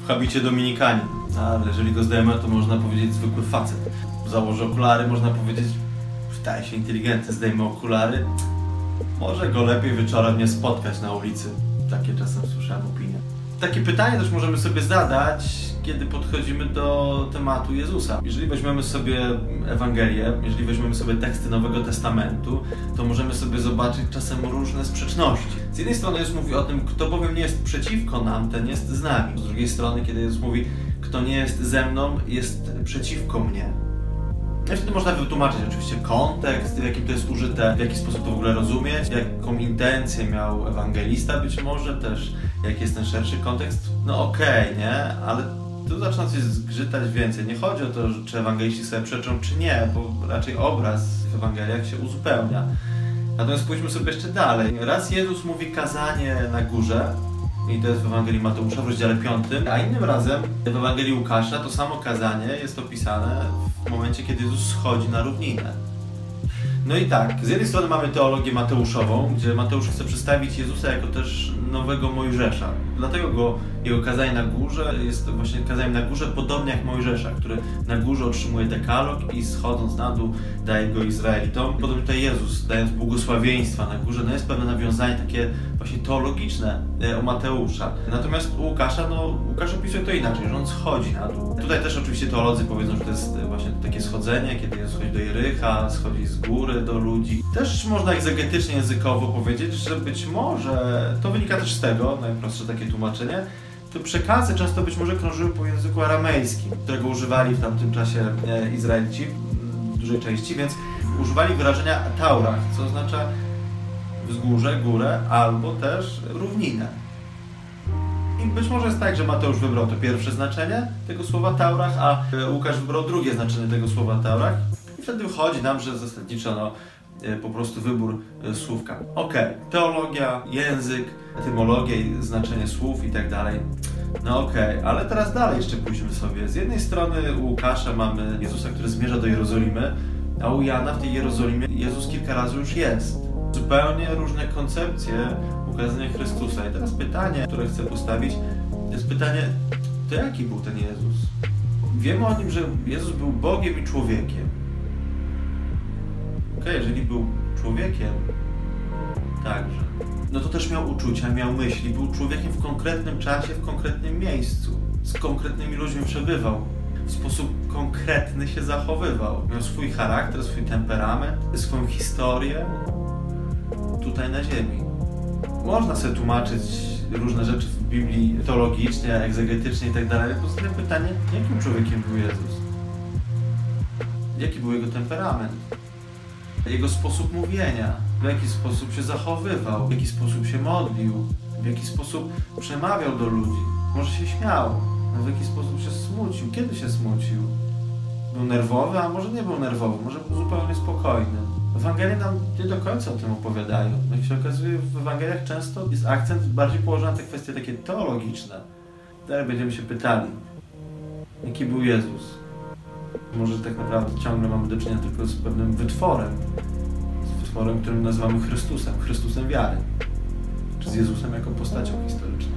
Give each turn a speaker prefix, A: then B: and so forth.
A: w habicie dominikanin. Ale jeżeli go zdejmę, to można powiedzieć zwykły facet. Założę okulary, można powiedzieć, wydaje się inteligentny, zdejmę okulary. Może go lepiej wieczorem nie spotkać na ulicy. Takie czasem słyszałem opinie. Takie pytanie też możemy sobie zadać, kiedy podchodzimy do tematu Jezusa. Jeżeli weźmiemy sobie Ewangelię, jeżeli weźmiemy sobie teksty Nowego Testamentu, to możemy sobie zobaczyć czasem różne sprzeczności. Z jednej strony Jezus mówi o tym, kto bowiem nie jest przeciwko nam, ten jest z nami. Z drugiej strony, kiedy Jezus mówi, kto nie jest ze mną, jest przeciwko mnie. I wtedy można wytłumaczyć oczywiście kontekst, w jakim to jest użyte, w jaki sposób to w ogóle rozumieć, jaką intencję miał ewangelista być może, też jaki jest ten szerszy kontekst. No okej, nie? Ale tu zaczyna coś zgrzytać więcej. Nie chodzi o to, czy ewangeliści sobie przeczą, czy nie, bo raczej obraz w Ewangeliach się uzupełnia. Natomiast spójrzmy sobie jeszcze dalej. Raz Jezus mówi kazanie na górze, i to jest w Ewangelii Mateusza w rozdziale 5, a innym razem w Ewangelii Łukasza to samo kazanie jest opisane w momencie, kiedy Jezus schodzi na równinę. No i tak, z jednej strony mamy teologię mateuszową, gdzie Mateusz chce przedstawić Jezusa jako też nowego Mojżesza. Dlatego jego kazanie na górze jest właśnie kazaniem na górze, podobnie jak Mojżesza, który na górze otrzymuje dekalog i schodząc na dół daje go Izraelitom. Podobnie tutaj Jezus, dając błogosławieństwa na górze, no jest pewne nawiązanie takie właśnie teologiczne u Mateusza. Natomiast u Łukasza, Łukasz opisuje to inaczej, że on schodzi na dół. Tutaj też oczywiście teolodzy powiedzą, że to jest właśnie takie schodzenie, kiedy Jezus schodzi do Jericha, schodzi z góry do ludzi. Też można egzegetycznie, językowo powiedzieć, że być może, to wynika też z tego, najprostsze takie tłumaczenie, te przekazy często być może krążyły po języku aramejskim, którego używali w tamtym czasie Izraelici w dużej części, więc używali wyrażenia taurach, co oznacza wzgórze, górę, albo też równinę. I być może jest tak, że Mateusz wybrał to pierwsze znaczenie tego słowa taurach, a Łukasz wybrał drugie znaczenie tego słowa taurach. I wtedy wychodzi nam, że zasadniczo po prostu wybór słówka. Okej, teologia, język, etymologia, znaczenie słów i tak dalej. No okej, ale teraz dalej jeszcze pójdźmy sobie. Z jednej strony u Łukasza mamy Jezusa, który zmierza do Jerozolimy, a u Jana w tej Jerozolimie Jezus kilka razy już jest. Zupełnie różne koncepcje ukazania Chrystusa. I teraz pytanie, które chcę postawić, to jest pytanie, to jaki był ten Jezus? Wiemy o nim, że Jezus był Bogiem i człowiekiem. Jeżeli był człowiekiem, także, no to też miał uczucia, miał myśli, był człowiekiem w konkretnym czasie, w konkretnym miejscu, z konkretnymi ludźmi przebywał, w sposób konkretny się zachowywał. Miał swój charakter, swój temperament, swoją historię tutaj na ziemi. Można sobie tłumaczyć różne rzeczy w Biblii teologicznie, egzegetycznie i tak dalej, ale poza tym pytanie, jakim człowiekiem był Jezus? Jaki był jego temperament? Jego sposób mówienia, w jaki sposób się zachowywał, w jaki sposób się modlił, w jaki sposób przemawiał do ludzi. Może się śmiał, a w jaki sposób się smucił, kiedy się smucił. Był nerwowy, a może nie był nerwowy, może był zupełnie spokojny. Ewangelie nam nie do końca o tym opowiadają. Jak się okazuje, w Ewangeliach często jest akcent bardziej położony na te kwestie takie teologiczne. Teraz będziemy się pytali, jaki był Jezus. Może tak naprawdę ciągle mamy do czynienia tylko z pewnym wytworem. Z wytworem, którym nazywamy Chrystusem. Chrystusem wiary. Czy z Jezusem jako postacią historyczną.